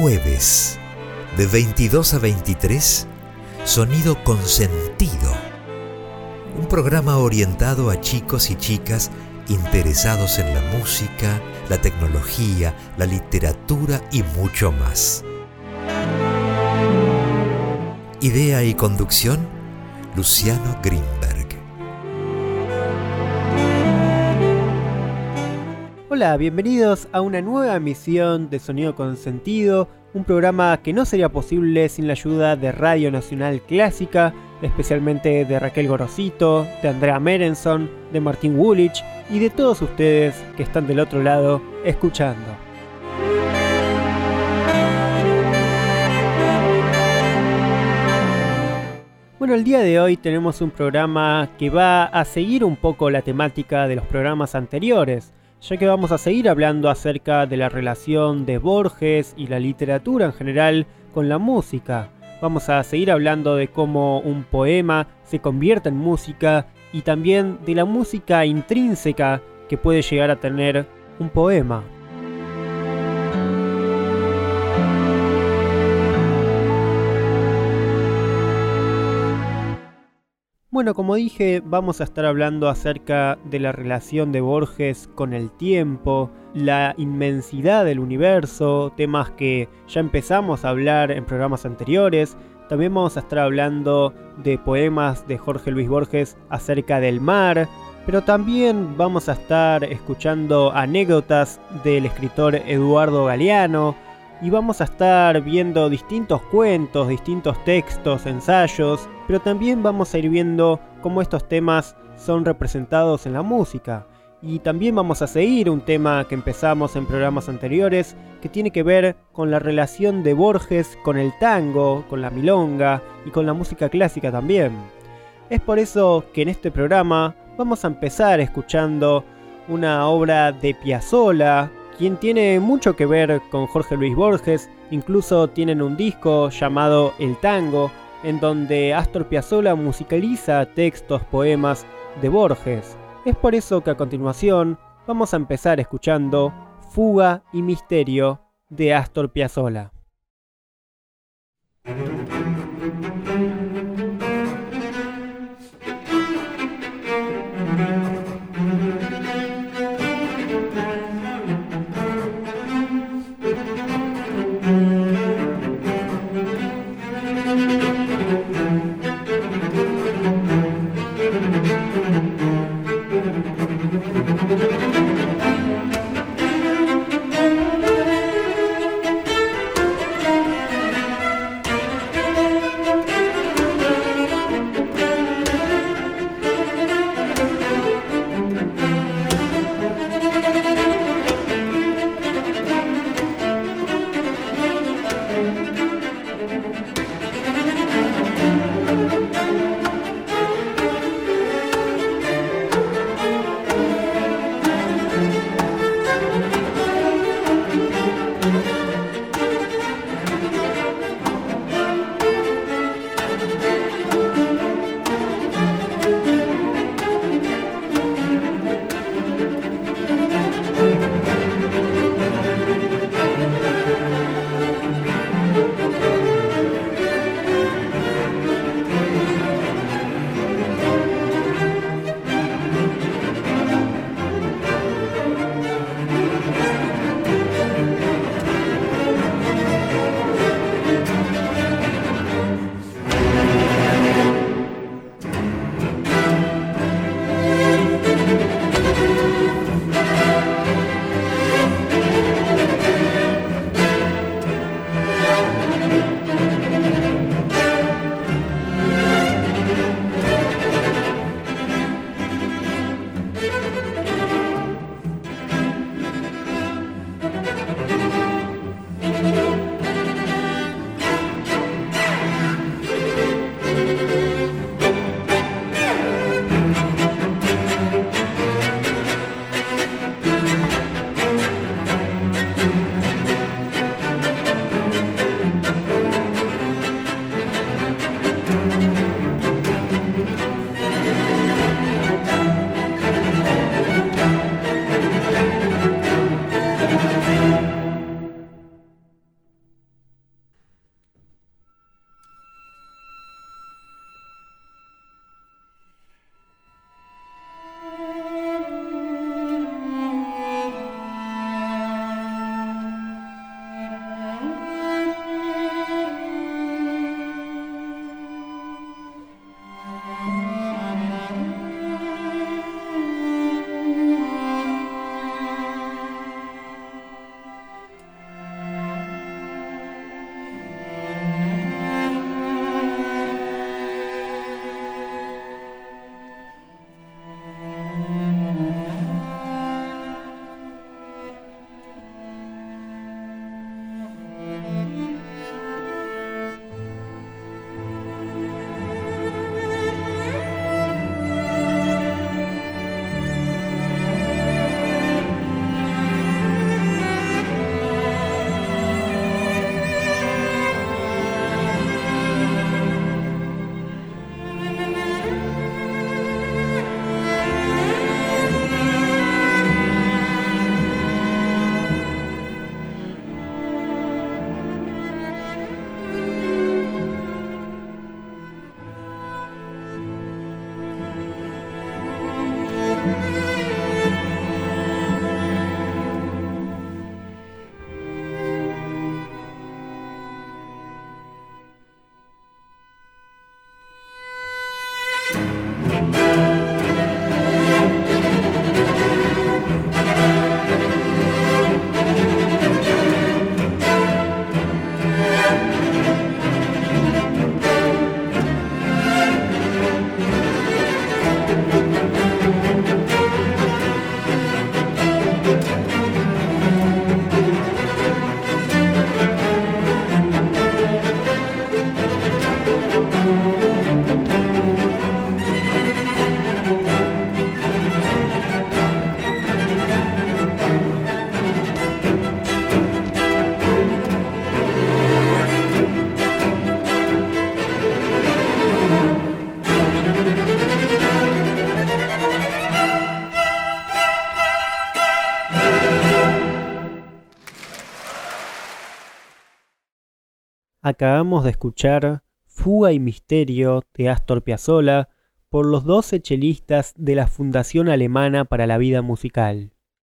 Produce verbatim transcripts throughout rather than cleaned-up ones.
jueves, de veintidós a veintitrés, Sonido Consentido. Un programa orientado a chicos y chicas interesados en la música, la tecnología, la literatura y mucho más. Idea y conducción, Luciano Greenberg. Hola, bienvenidos a una nueva emisión de Sonido Consentido, un programa que no sería posible sin la ayuda de Radio Nacional Clásica, especialmente de Raquel Gorosito, de Andrea Merenson, de Martín Woolrich y de todos ustedes que están del otro lado escuchando. Bueno, el día de hoy tenemos un programa que va a seguir un poco la temática de los programas anteriores, ya que vamos a seguir hablando acerca de la relación de Borges y la literatura en general con la música. Vamos a seguir hablando de cómo un poema se convierte en música y también de la música intrínseca que puede llegar a tener un poema. Bueno, como dije, vamos a estar hablando acerca de la relación de Borges con el tiempo, la inmensidad del universo, temas que ya empezamos a hablar en programas anteriores. También vamos a estar hablando de poemas de Jorge Luis Borges acerca del mar, pero también vamos a estar escuchando anécdotas del escritor Eduardo Galeano, y vamos a estar viendo distintos cuentos, distintos textos, ensayos, pero también vamos a ir viendo cómo estos temas son representados en la música. Y también vamos a seguir un tema que empezamos en programas anteriores, que tiene que ver con la relación de Borges con el tango, con la milonga y con la música clásica también. Es por eso que en este programa vamos a empezar escuchando una obra de Piazzolla, quien tiene mucho que ver con Jorge Luis Borges. Incluso tienen un disco llamado El Tango, en donde Astor Piazzolla musicaliza textos, poemas de Borges. Es por eso que a continuación vamos a empezar escuchando Fuga y Misterio de Astor Piazzolla. Acabamos de escuchar Fuga y Misterio de Astor Piazzolla por los doce chelistas de la Fundación Alemana para la Vida Musical.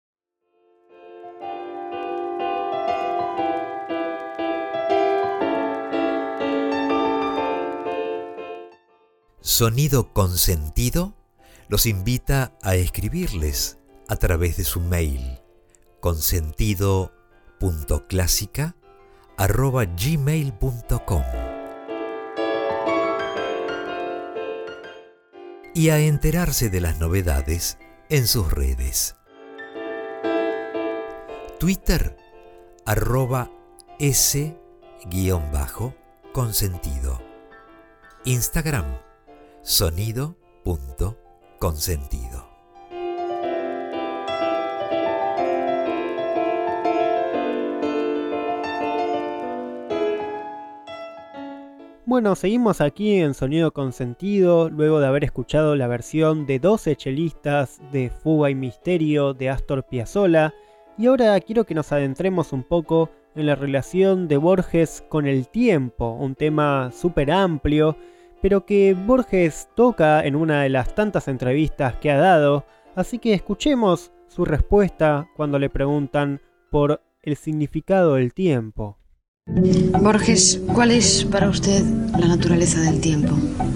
Sonido Consentido los invita a escribirles a través de su mail consentido punto clásica arroba gmail punto com y a enterarse de las novedades en sus redes. Twitter arroba s guión bajo consentido. Instagram sonido punto consentido. Bueno, seguimos aquí en Sonido Consentido, luego de haber escuchado la versión de doce chelistas de Fuga y Misterio de Astor Piazzolla, y ahora quiero que nos adentremos un poco en la relación de Borges con el tiempo, un tema súper amplio, pero que Borges toca en una de las tantas entrevistas que ha dado, así que escuchemos su respuesta cuando le preguntan por el significado del tiempo. Borges, ¿cuál es para usted la naturaleza del tiempo?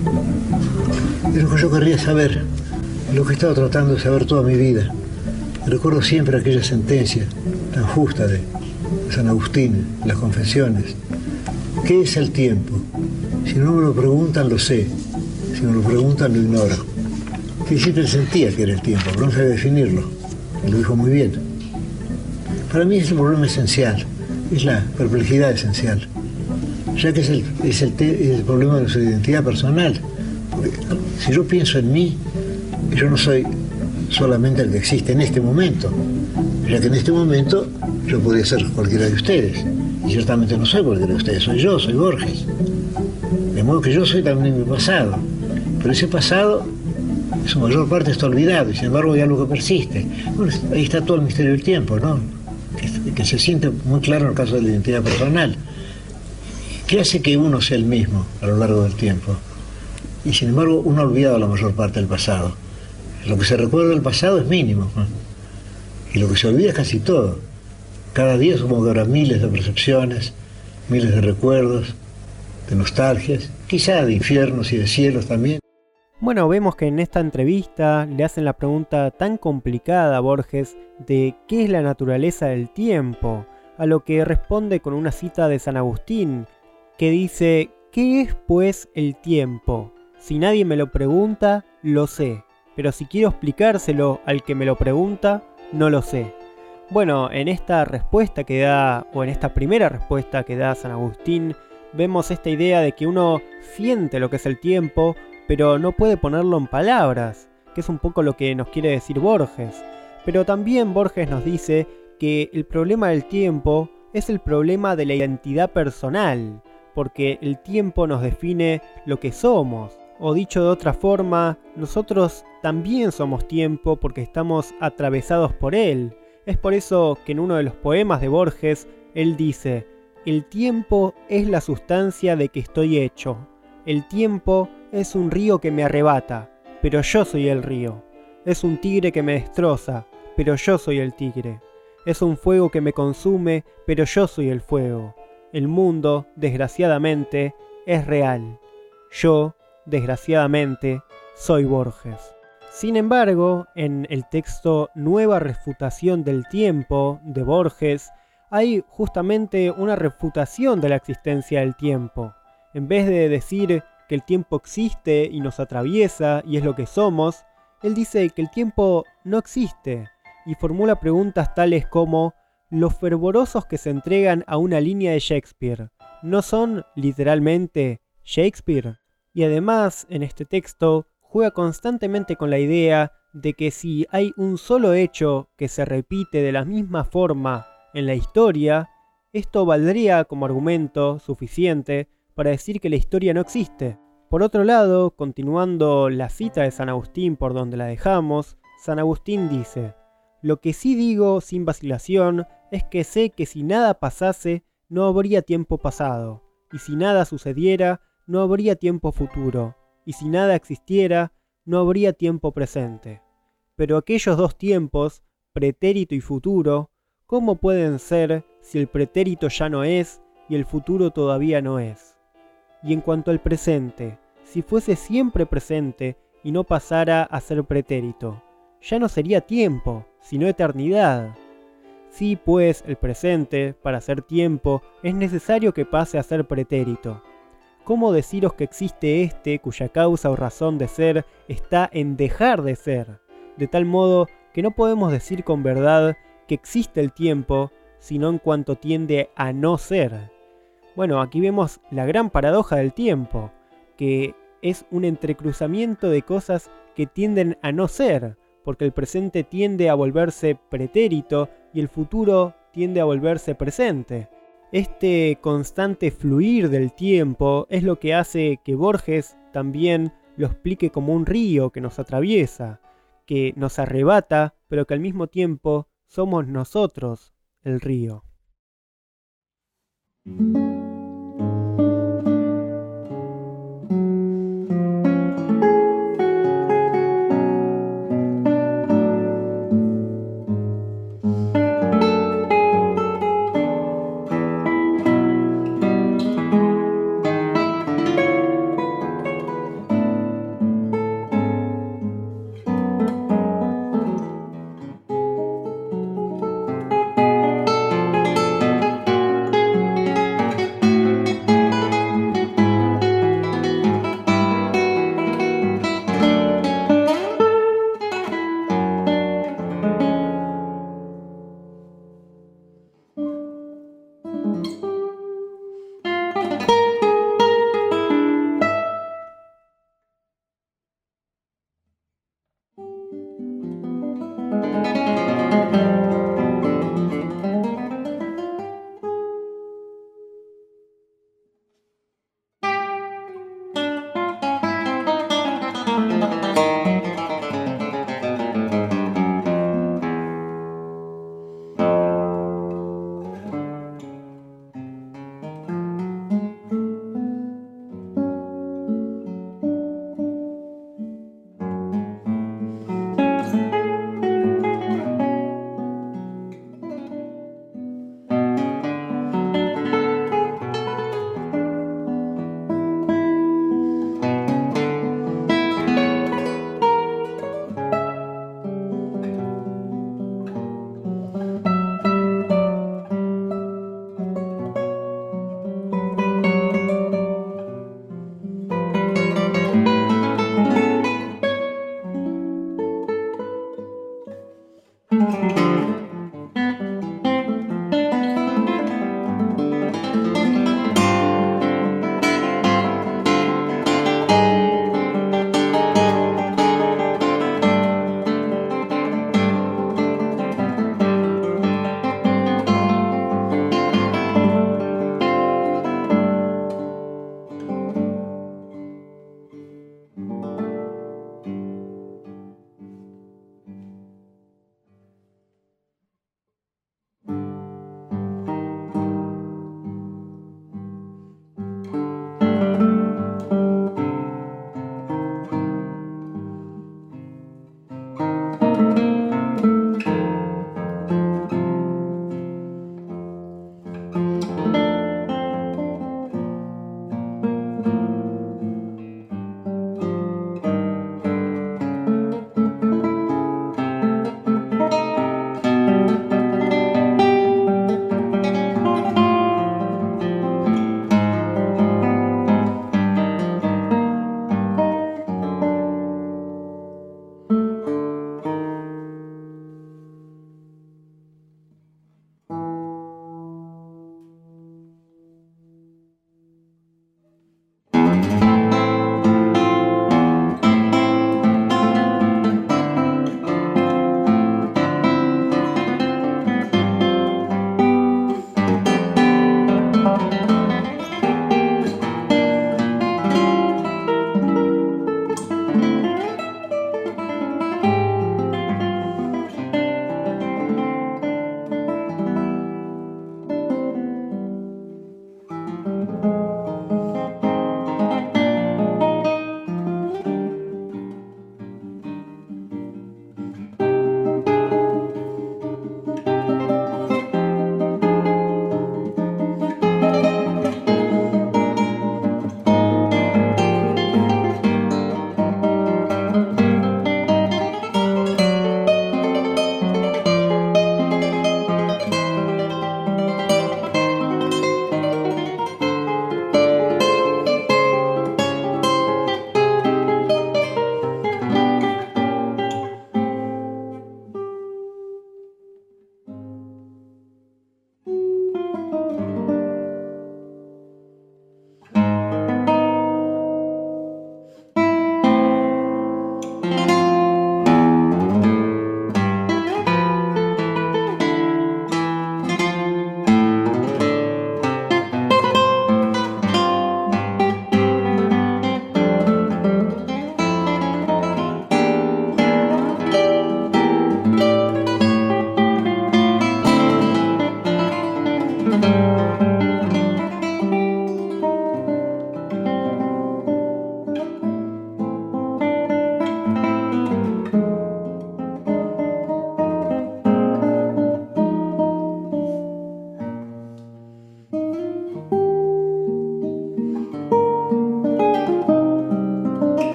Es lo que yo querría saber, lo que he estado tratando de saber toda mi vida. Recuerdo siempre aquella sentencia tan justa de San Agustín, las Confesiones. ¿Qué es el tiempo? Si no me lo preguntan, lo sé. Si me lo preguntan, lo ignoro. Sí, siempre sentía que era el tiempo, pero no sabía definirlo. Y lo dijo muy bien. Para mí es el problema esencial. Es la perplejidad esencial, ya que es el, es el, te, es el problema de su identidad personal. Porque si yo pienso en mí, yo no soy solamente el que existe en este momento, ya que en este momento yo podría ser cualquiera de ustedes, y ciertamente no soy cualquiera de ustedes, soy yo, soy Borges. De modo que yo soy también mi pasado, pero ese pasado, en su mayor parte está olvidado, y sin embargo hay algo que persiste. Bueno, ahí está todo el misterio del tiempo, ¿no? Que, que se siente muy claro en el caso de la identidad personal. ¿Qué hace que uno sea el mismo a lo largo del tiempo? Y sin embargo uno ha olvidado la mayor parte del pasado. Lo que se recuerda del pasado es mínimo, ¿no? Y lo que se olvida es casi todo. Cada día supongo que habrá miles de percepciones, miles de recuerdos, de nostalgias, quizá de infiernos y de cielos también. Bueno, vemos que en esta entrevista le hacen la pregunta tan complicada a Borges de qué es la naturaleza del tiempo, a lo que responde con una cita de San Agustín, que dice: ¿qué es pues el tiempo? Si nadie me lo pregunta, lo sé, pero si quiero explicárselo al que me lo pregunta, no lo sé. Bueno, en esta respuesta que da, o en esta primera respuesta que da San Agustín, vemos esta idea de que uno siente lo que es el tiempo, pero no puede ponerlo en palabras, que es un poco lo que nos quiere decir Borges. Pero también Borges nos dice que el problema del tiempo es el problema de la identidad personal, porque el tiempo nos define lo que somos. O dicho de otra forma, nosotros también somos tiempo porque estamos atravesados por él. Es por eso que en uno de los poemas de Borges, él dice: el tiempo es la sustancia de que estoy hecho. El tiempo es un río que me arrebata, pero yo soy el río. Es un tigre que me destroza, pero yo soy el tigre. Es un fuego que me consume, pero yo soy el fuego. El mundo, desgraciadamente, es real. Yo, desgraciadamente, soy Borges. Sin embargo, en el texto Nueva refutación del tiempo de Borges, hay justamente una refutación de la existencia del tiempo. En vez de decir que el tiempo existe y nos atraviesa y es lo que somos, él dice que el tiempo no existe y formula preguntas tales como: ¿los fervorosos que se entregan a una línea de Shakespeare no son literalmente Shakespeare? Y además, en este texto, juega constantemente con la idea de que si hay un solo hecho que se repite de la misma forma en la historia, esto valdría como argumento suficiente para decir que la historia no existe. Por otro lado, continuando la cita de San Agustín por donde la dejamos, San Agustín dice: lo que sí digo sin vacilación es que sé que si nada pasase, no habría tiempo pasado, y si nada sucediera, no habría tiempo futuro, y si nada existiera, no habría tiempo presente. Pero aquellos dos tiempos, pretérito y futuro, ¿cómo pueden ser si el pretérito ya no es y el futuro todavía no es? Y en cuanto al presente, si fuese siempre presente y no pasara a ser pretérito, ya no sería tiempo, sino eternidad. Sí, pues, el presente, para ser tiempo, es necesario que pase a ser pretérito. ¿Cómo deciros que existe éste cuya causa o razón de ser está en dejar de ser? De tal modo que no podemos decir con verdad que existe el tiempo, sino en cuanto tiende a no ser. Bueno, aquí vemos la gran paradoja del tiempo, que es un entrecruzamiento de cosas que tienden a no ser, porque el presente tiende a volverse pretérito y el futuro tiende a volverse presente. Este constante fluir del tiempo es lo que hace que Borges también lo explique como un río que nos atraviesa, que nos arrebata, pero que al mismo tiempo somos nosotros el río.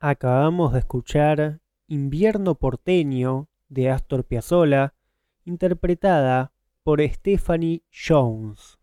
Acabamos de escuchar Invierno porteño de Astor Piazzolla, interpretada por Stephanie Jones.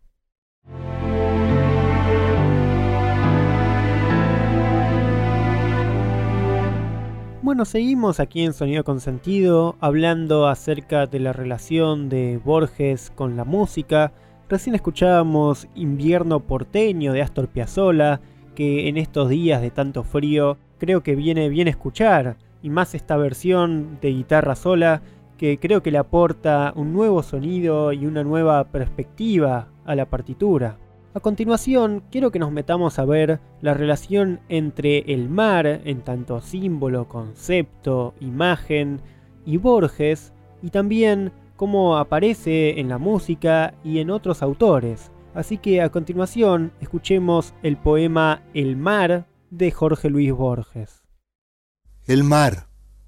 Bueno, seguimos aquí en Sonido con Sentido, hablando acerca de la relación de Borges con la música. Recién escuchábamos Invierno porteño de Astor Piazzolla, que en estos días de tanto frío creo que viene bien escuchar, y más esta versión de guitarra sola, que creo que le aporta un nuevo sonido y una nueva perspectiva a la partitura. A continuación, quiero que nos metamos a ver la relación entre el mar, en tanto símbolo, concepto, imagen, y Borges, y también cómo aparece en la música y en otros autores. Así que a continuación, escuchemos el poema El mar de Jorge Luis Borges. El mar.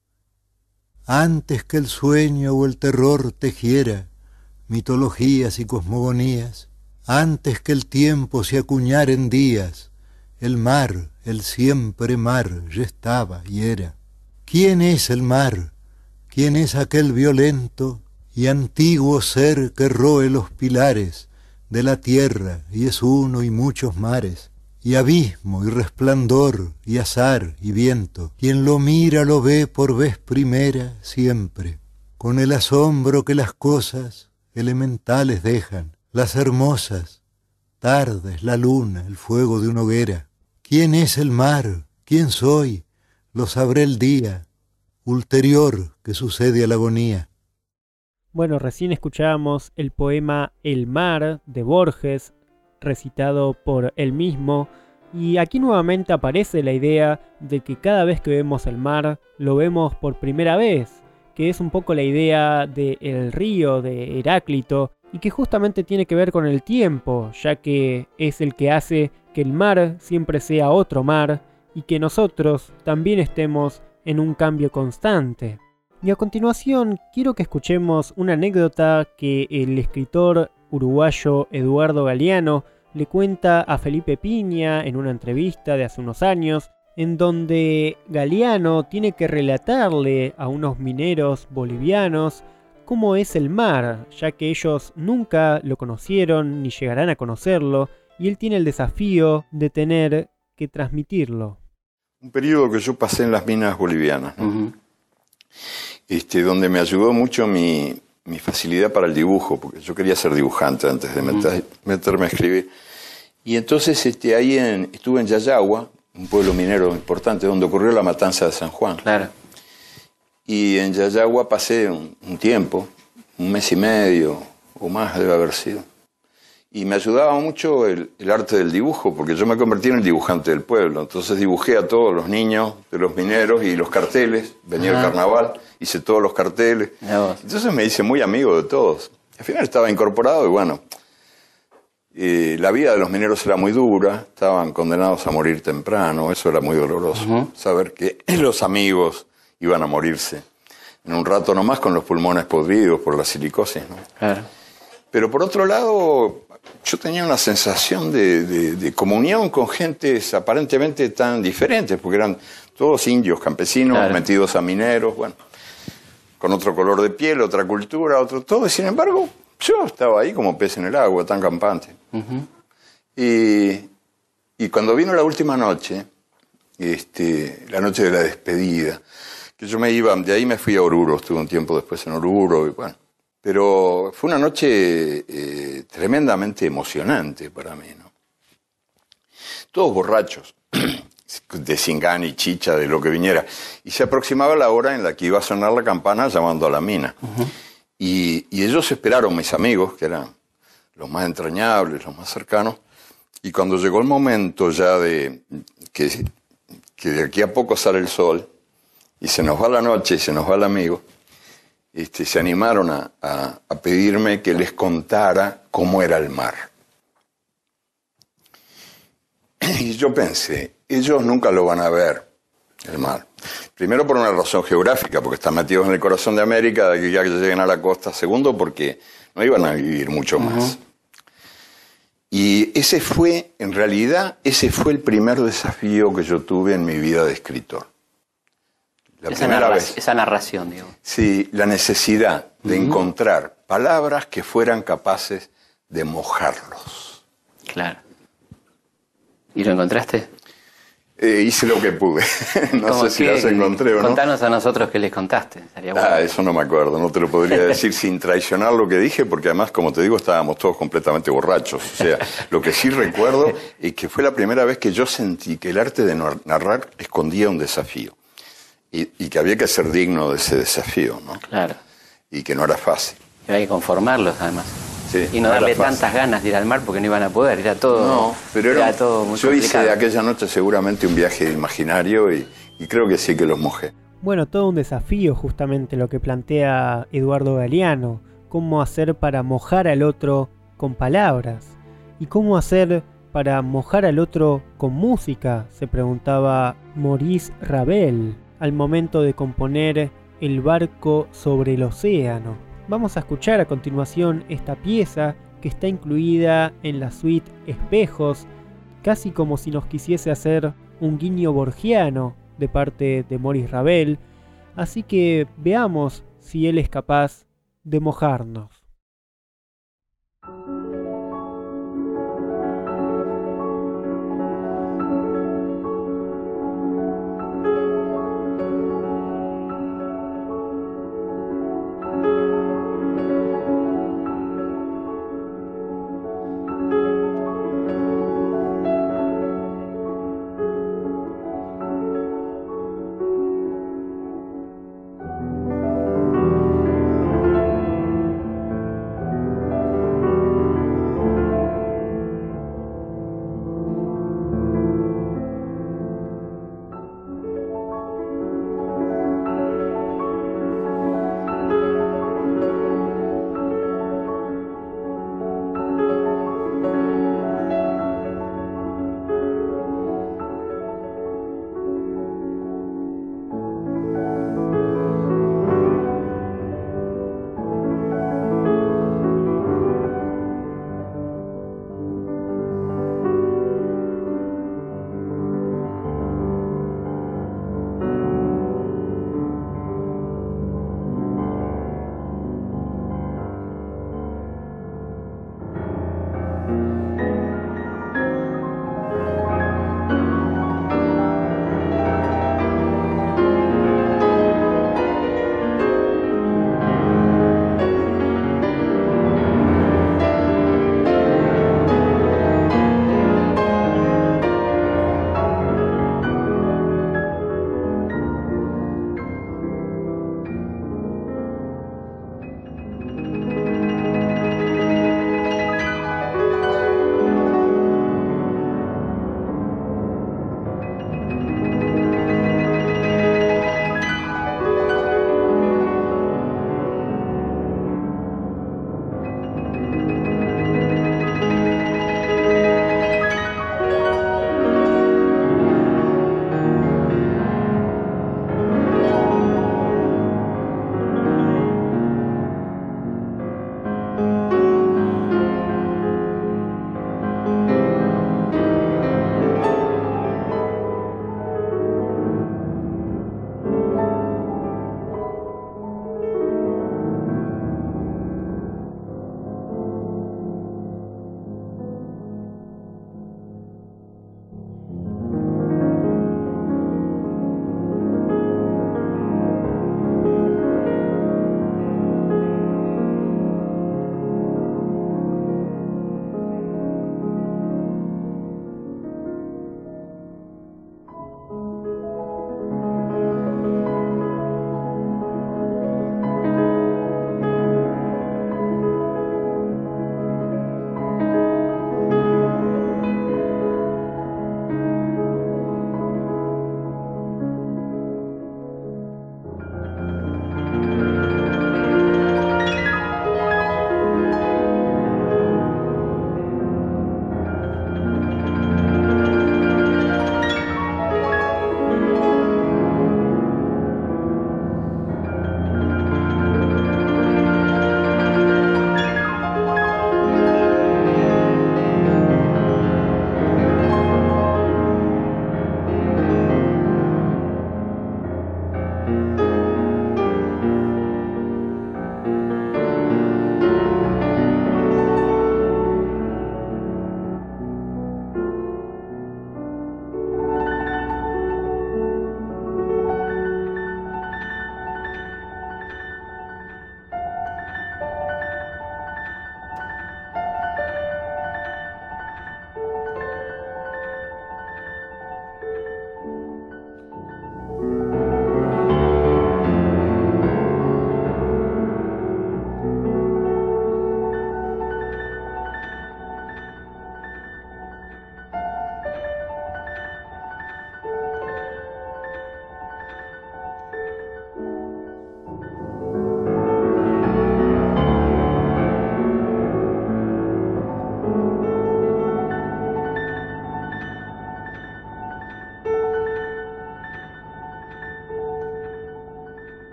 Antes que el sueño o el terror tejiera mitologías y cosmogonías, antes que el tiempo se acuñara en días, el mar, el siempre mar, ya estaba y era. ¿Quién es el mar? ¿Quién es aquel violento y antiguo ser que roe los pilares de la tierra y es uno y muchos mares? Y abismo y resplandor y azar y viento, quien lo mira lo ve por vez primera siempre, con el asombro que las cosas elementales dejan, las hermosas tardes, la luna, el fuego de una hoguera. ¿Quién es el mar? ¿Quién soy? Lo sabré el día ulterior que sucede a la agonía. Bueno, recién escuchábamos el poema El mar de Borges, recitado por él mismo, y aquí nuevamente aparece la idea de que cada vez que vemos el mar lo vemos por primera vez, que es un poco la idea del río de Heráclito y que justamente tiene que ver con el tiempo, ya que es el que hace que el mar siempre sea otro mar y que nosotros también estemos en un cambio constante. Y a continuación quiero que escuchemos una anécdota que el escritor uruguayo Eduardo Galeano le cuenta a Felipe Piña en una entrevista de hace unos años, en donde Galeano tiene que relatarle a unos mineros bolivianos cómo es el mar, ya que ellos nunca lo conocieron ni llegarán a conocerlo, y él tiene el desafío de tener que transmitirlo. Un periodo que yo pasé en las minas bolivianas, ¿no? Uh-huh. este, donde me ayudó mucho mi... mi facilidad para el dibujo, porque yo quería ser dibujante antes de meter, meterme a escribir. Y entonces este, ahí en, estuve en Yayagua, un pueblo minero importante, donde ocurrió la matanza de San Juan. Claro. Y en Yayagua pasé un, un tiempo, un mes y medio o más debe haber sido. Y me ayudaba mucho el, el arte del dibujo, porque yo me convertí en el dibujante del pueblo. Entonces dibujé a todos los niños de los mineros y los carteles. Venía Ajá. el carnaval, hice todos los carteles. Entonces me hice muy amigo de todos. Al final estaba incorporado y bueno, eh, la vida de los mineros era muy dura. Estaban condenados a morir temprano. Eso era muy doloroso. Uh-huh. Saber que los amigos iban a morirse en un rato nomás con los pulmones podridos por la silicosis, ¿no? Claro. Pero por otro lado, yo tenía una sensación de, de, de comunión con gentes aparentemente tan diferentes, porque eran todos indios, campesinos, claro. metidos a mineros, bueno, con otro color de piel, otra cultura, otro todo, y sin embargo, yo estaba ahí como pez en el agua, tan campante. Uh-huh. y, y cuando vino la última noche, este, la noche de la despedida, que yo me iba, de ahí me fui a Oruro, estuve un tiempo después en Oruro, y bueno, pero fue una noche eh, tremendamente emocionante para mí, ¿no? Todos borrachos, de cingán y chicha, de lo que viniera. Y se aproximaba la hora en la que iba a sonar la campana llamando a la mina. Uh-huh. y, y ellos esperaron, mis amigos, que eran los más entrañables, los más cercanos. Y cuando llegó el momento ya de que, que de aquí a poco sale el sol, y se nos va la noche y se nos va el amigo, Este, se animaron a, a, a pedirme que les contara cómo era el mar. Y yo pensé, ellos nunca lo van a ver, el mar. Primero por una razón geográfica, porque están metidos en el corazón de América, de que ya que lleguen a la costa. Segundo, porque no iban a vivir mucho más. Uh-huh. Y ese fue, en realidad, ese fue el primer desafío que yo tuve en mi vida de escritor. La esa, primera narra vez. esa narración, digo. Sí, la necesidad de uh-huh. encontrar palabras que fueran capaces de mojarlos. Claro. ¿Y lo encontraste? Eh, hice lo que pude. No sé si las encontré o no. Contanos a nosotros qué les contaste. Sería bueno. Ah, eso no me acuerdo, no te lo podría decir sin traicionar lo que dije, porque además, como te digo, estábamos todos completamente borrachos. O sea, lo que sí recuerdo es que fue la primera vez que yo sentí que el arte de narrar escondía un desafío. Y, y que había que ser digno de ese desafío, ¿no? Claro. Y que no era fácil. Y había que conformarlos, además. Sí, y no, no darle tantas ganas de ir al mar porque no iban a poder, era todo. No, pero era, era todo muy yo complicado. hice aquella noche seguramente un viaje imaginario y, y creo que sí que los mojé. Bueno, todo un desafío justamente lo que plantea Eduardo Galeano, cómo hacer para mojar al otro con palabras y cómo hacer para mojar al otro con música, se preguntaba Maurice Ravel al momento de componer El barco sobre el océano. Vamos a escuchar a continuación esta pieza que está incluida en la suite Espejos, casi como si nos quisiese hacer un guiño borgiano de parte de Maurice Ravel, así que veamos si él es capaz de mojarnos.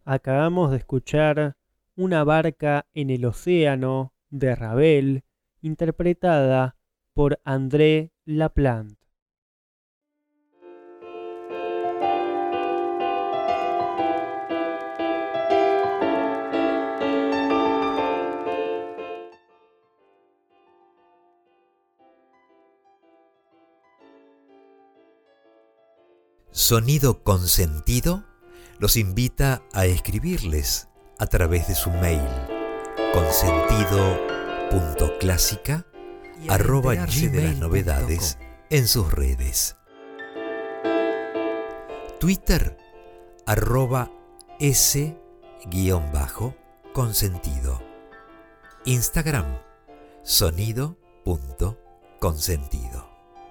Acabamos de escuchar Una barca en el océano de Ravel, interpretada por André Laplant. Sonido Consentido los invita a escribirles a través de su mail consentido punto clásica arroba gmail de las novedades en sus redes. Twitter arroba s guión bajo consentido. Instagram sonido punto consentido.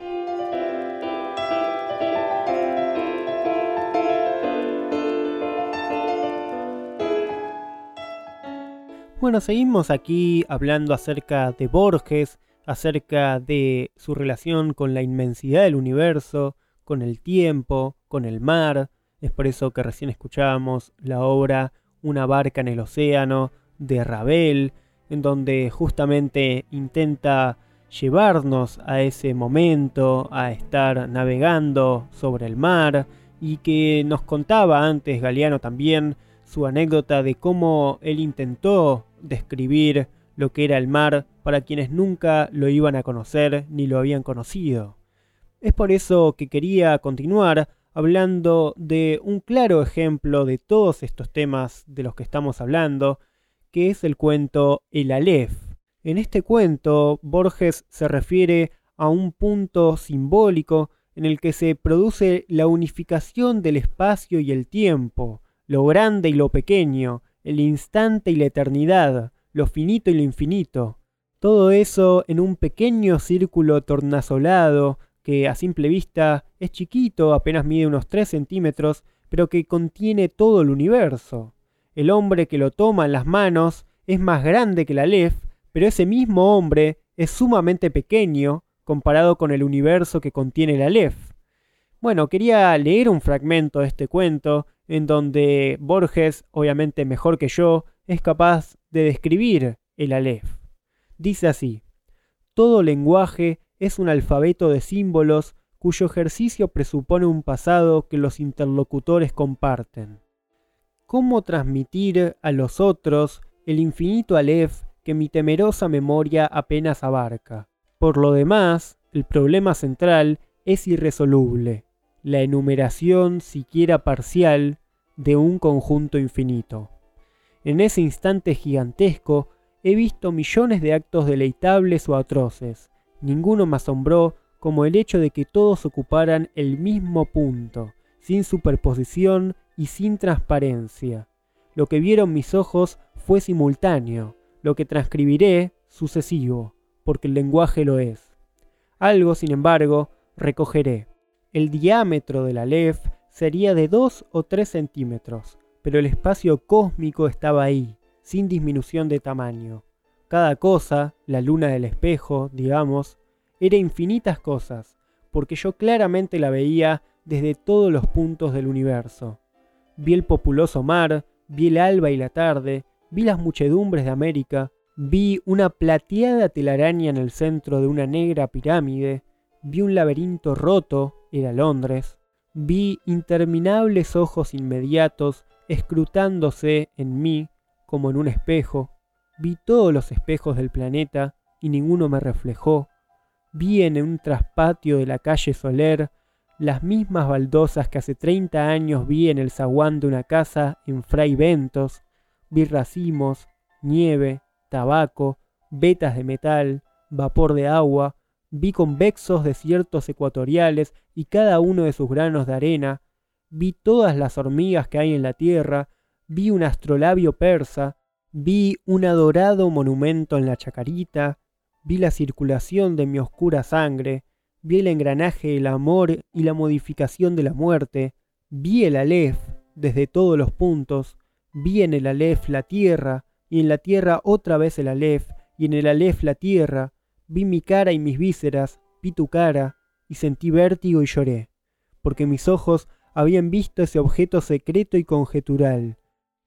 Bueno, seguimos aquí hablando acerca de Borges, acerca de su relación con la inmensidad del universo, con el tiempo, con el mar. Es por eso que recién escuchábamos la obra Una barca en el océano de Ravel, en donde justamente intenta llevarnos a ese momento, a estar navegando sobre el mar, y que nos contaba antes Galeano también su anécdota de cómo él intentó describir lo que era el mar para quienes nunca lo iban a conocer ni lo habían conocido. Es por eso que quería continuar hablando de un claro ejemplo de todos estos temas de los que estamos hablando, que es el cuento El Aleph. En este cuento, Borges se refiere a un punto simbólico en el que se produce la unificación del espacio y el tiempo, lo grande y lo pequeño, el instante y la eternidad, lo finito y lo infinito. Todo eso en un pequeño círculo tornasolado que a simple vista es chiquito, apenas mide unos tres centímetros, pero que contiene todo el universo. El hombre que lo toma en las manos es más grande que el Aleph, pero ese mismo hombre es sumamente pequeño comparado con el universo que contiene el Aleph. Bueno, quería leer un fragmento de este cuento en donde Borges, obviamente mejor que yo, es capaz de describir el Aleph. Dice así: todo lenguaje es un alfabeto de símbolos cuyo ejercicio presupone un pasado que los interlocutores comparten. ¿Cómo transmitir a los otros el infinito Aleph que mi temerosa memoria apenas abarca? Por lo demás, el problema central es irresoluble, la enumeración siquiera parcial de un conjunto infinito. En ese instante gigantesco he visto millones de actos deleitables o atroces. Ninguno me asombró como el hecho de que todos ocuparan el mismo punto, sin superposición y sin transparencia. Lo que vieron mis ojos fue simultáneo, lo que transcribiré sucesivo, porque el lenguaje lo es. Algo, sin embargo, recogeré. El diámetro del Aleph sería de dos o tres centímetros, pero el espacio cósmico estaba ahí, sin disminución de tamaño. Cada cosa, la luna del espejo, digamos, era infinitas cosas, porque yo claramente la veía desde todos los puntos del universo. Vi el populoso mar, vi el alba y la tarde, vi las muchedumbres de América, vi una plateada telaraña en el centro de una negra pirámide, vi un laberinto roto, era Londres, vi interminables ojos inmediatos escrutándose en mí como en un espejo, vi todos los espejos del planeta y ninguno me reflejó, vi en un traspatio de la calle Soler las mismas baldosas que hace treinta años vi en el zaguán de una casa en Fray Bentos, vi racimos, nieve, tabaco, vetas de metal, vapor de agua, vi convexos desiertos ecuatoriales y cada uno de sus granos de arena, vi todas las hormigas que hay en la tierra, vi un astrolabio persa, vi un adorado monumento en la Chacarita, vi la circulación de mi oscura sangre, vi el engranaje del amor y la modificación de la muerte, vi el Aleph desde todos los puntos, vi en el Aleph la tierra, y en la tierra otra vez el Aleph, y en el Aleph la tierra, vi mi cara y mis vísceras, vi tu cara, y sentí vértigo y lloré, porque mis ojos habían visto ese objeto secreto y conjetural,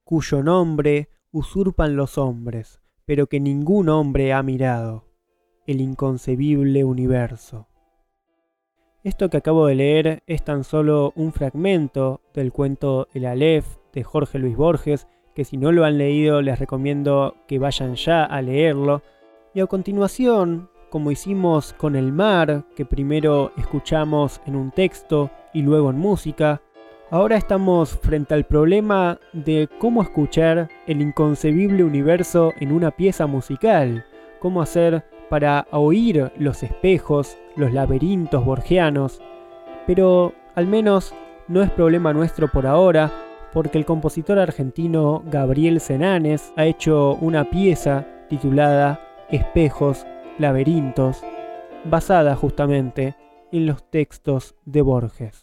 cuyo nombre usurpan los hombres, pero que ningún hombre ha mirado, el inconcebible universo. Esto que acabo de leer es tan solo un fragmento del cuento El Aleph de Jorge Luis Borges, que si no lo han leído les recomiendo que vayan ya a leerlo. Y a continuación, como hicimos con El Mar, que primero escuchamos en un texto y luego en música, ahora estamos frente al problema de cómo escuchar el inconcebible universo en una pieza musical, cómo hacer para oír los espejos, los laberintos borgianos, pero al menos no es problema nuestro por ahora, porque el compositor argentino Gabriel Senanes ha hecho una pieza titulada Espejos, laberintos, basada justamente en los textos de Borges.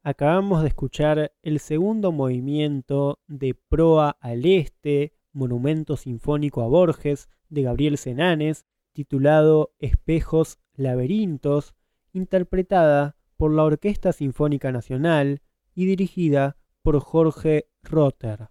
Acabamos de escuchar el segundo movimiento de Proa al Este, Monumento Sinfónico a Borges, de Gabriel Senanes, titulado Espejos Laberintos, interpretada por la Orquesta Sinfónica Nacional y dirigida por Jorge Rotter.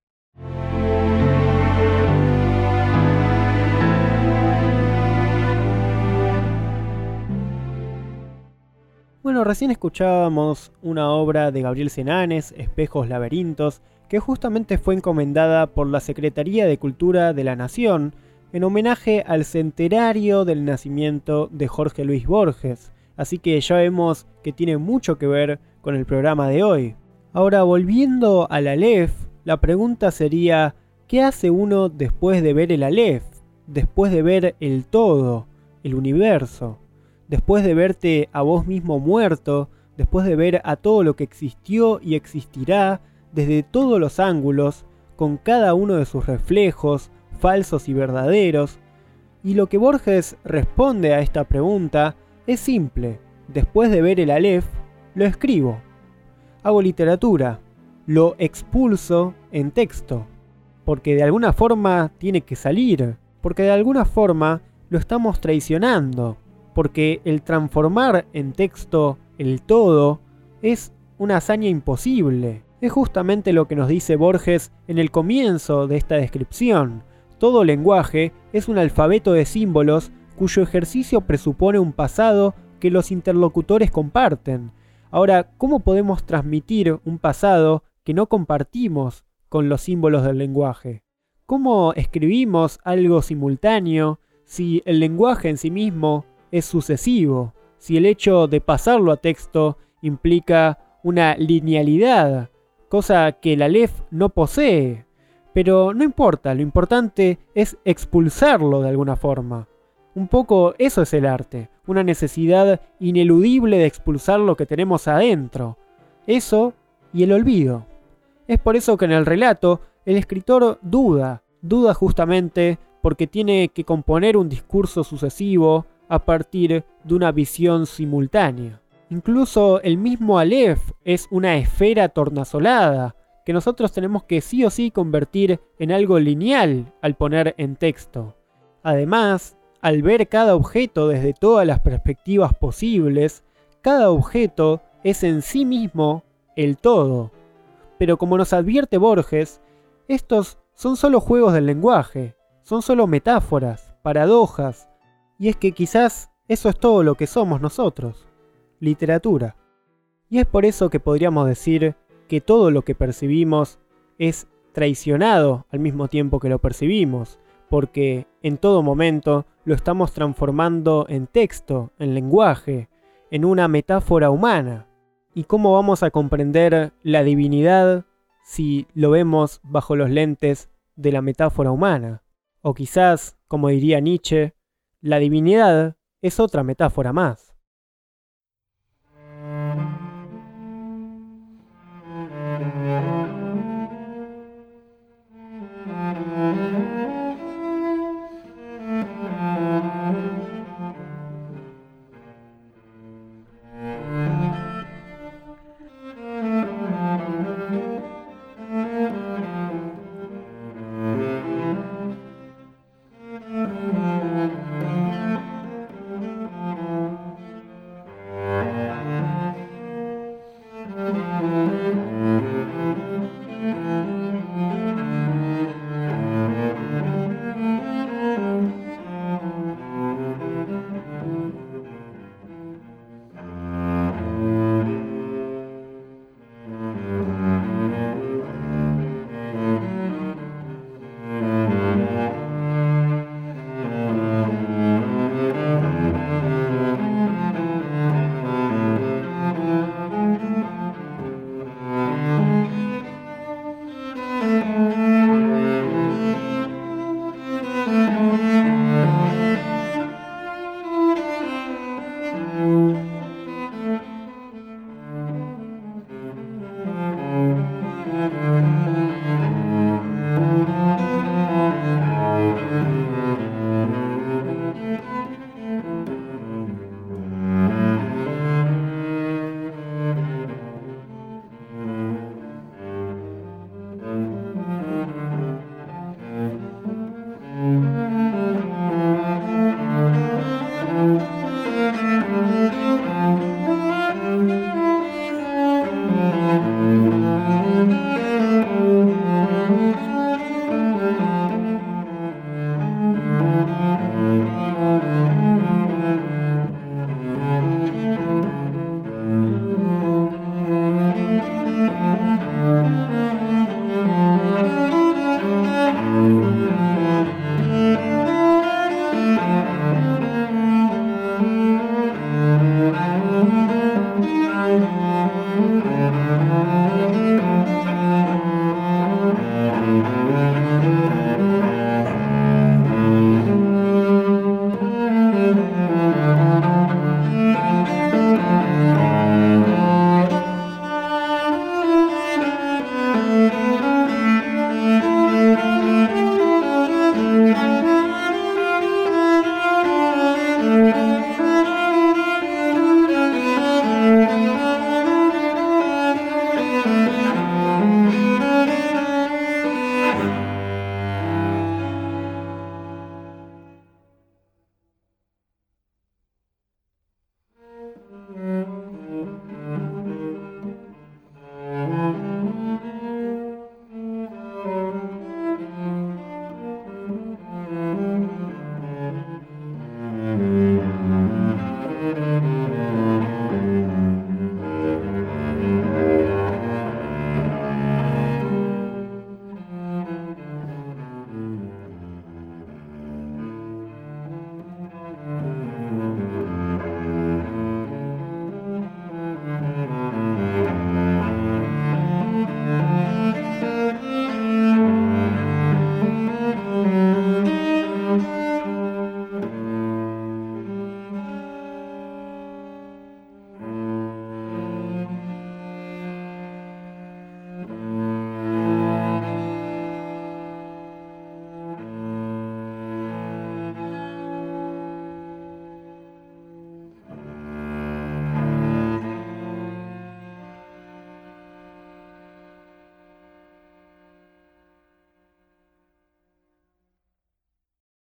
Bueno, recién escuchábamos una obra de Gabriel Senanes, Espejos Laberintos, que justamente fue encomendada por la Secretaría de Cultura de la Nación en homenaje al centenario del nacimiento de Jorge Luis Borges, así que ya vemos que tiene mucho que ver con el programa de hoy. Ahora, volviendo al Aleph, la pregunta sería, ¿qué hace uno después de ver el Aleph? Después de ver el todo, el universo, después de verte a vos mismo muerto, después de ver a todo lo que existió y existirá desde todos los ángulos, con cada uno de sus reflejos, falsos y verdaderos. Y lo que Borges responde a esta pregunta es simple: después de ver el Aleph, lo escribo. Hago literatura, lo expulso en texto, porque de alguna forma tiene que salir, porque de alguna forma lo estamos traicionando, porque el transformar en texto el todo es una hazaña imposible. Es justamente lo que nos dice Borges en el comienzo de esta descripción. Todo lenguaje es un alfabeto de símbolos cuyo ejercicio presupone un pasado que los interlocutores comparten. Ahora, ¿cómo podemos transmitir un pasado que no compartimos con los símbolos del lenguaje? ¿Cómo escribimos algo simultáneo si el lenguaje en sí mismo es sucesivo? Si el hecho de pasarlo a texto implica una linealidad, cosa que el Aleph no posee. Pero no importa, lo importante es expulsarlo de alguna forma. Un poco eso es el arte, una necesidad ineludible de expulsar lo que tenemos adentro. Eso y el olvido. Es por eso que en el relato el escritor duda, duda justamente porque tiene que componer un discurso sucesivo a partir de una visión simultánea. Incluso el mismo Aleph es una esfera tornasolada que nosotros tenemos que sí o sí convertir en algo lineal al poner en texto. Además, al ver cada objeto desde todas las perspectivas posibles, cada objeto es en sí mismo el todo. Pero como nos advierte Borges, estos son solo juegos del lenguaje, son solo metáforas, paradojas, y es que quizás eso es todo lo que somos nosotros, literatura. Y es por eso que podríamos decir que todo lo que percibimos es traicionado al mismo tiempo que lo percibimos, porque en todo momento lo estamos transformando en texto, en lenguaje, en una metáfora humana. ¿Y cómo vamos a comprender la divinidad si lo vemos bajo los lentes de la metáfora humana? O quizás, como diría Nietzsche, la divinidad es otra metáfora más.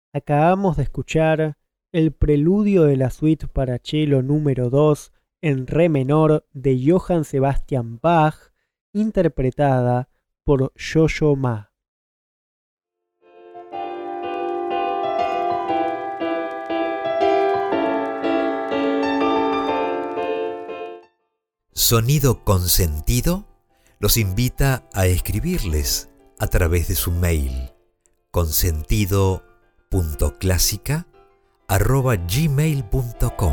Acabamos de escuchar el preludio de la suite para cello número dos en re menor de Johann Sebastian Bach, interpretada por Yo-Yo Ma. Sonido Consentido los invita a escribirles a través de su mail consentido punto clásica arroba gmail punto com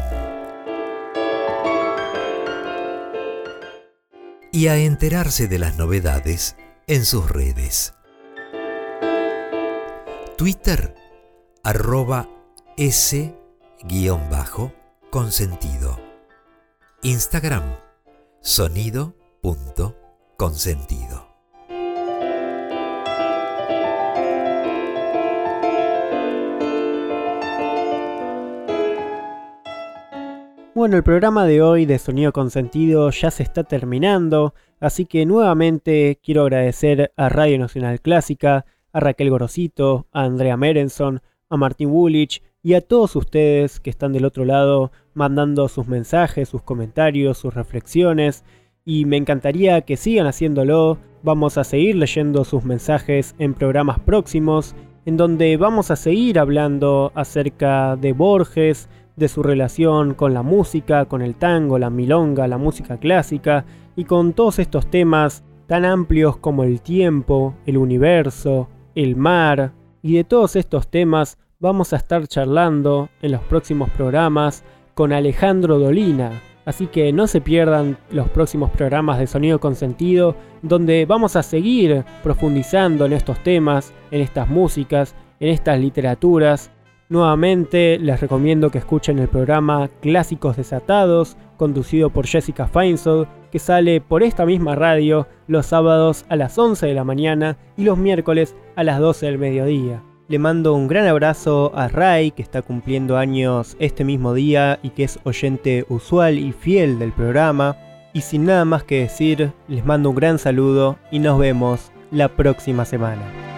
y a enterarse de las novedades en sus redes. Twitter arroba s guión bajo consentido. Instagram sonido punto consentido. Bueno, el programa de hoy de Sonido Consentido ya se está terminando, así que nuevamente quiero agradecer a Radio Nacional Clásica, a Raquel Gorosito, a Andrea Merenson, a Martín Wulich y a todos ustedes que están del otro lado mandando sus mensajes, sus comentarios, sus reflexiones, y me encantaría que sigan haciéndolo. Vamos a seguir leyendo sus mensajes en programas próximos, en donde vamos a seguir hablando acerca de Borges, de su relación con la música, con el tango, la milonga, la música clásica, y con todos estos temas tan amplios como el tiempo, el universo, el mar, y de todos estos temas vamos a estar charlando en los próximos programas con Alejandro Dolina. Así que no se pierdan los próximos programas de Sonido Consentido, donde vamos a seguir profundizando en estos temas, en estas músicas, en estas literaturas. Nuevamente les recomiendo que escuchen el programa Clásicos Desatados, conducido por Jessica Feinsold, que sale por esta misma radio los sábados a las once de la mañana y los miércoles a las doce del mediodía. Le mando un gran abrazo a Ray, que está cumpliendo años este mismo día y que es oyente usual y fiel del programa. Y sin nada más que decir, les mando un gran saludo y nos vemos la próxima semana.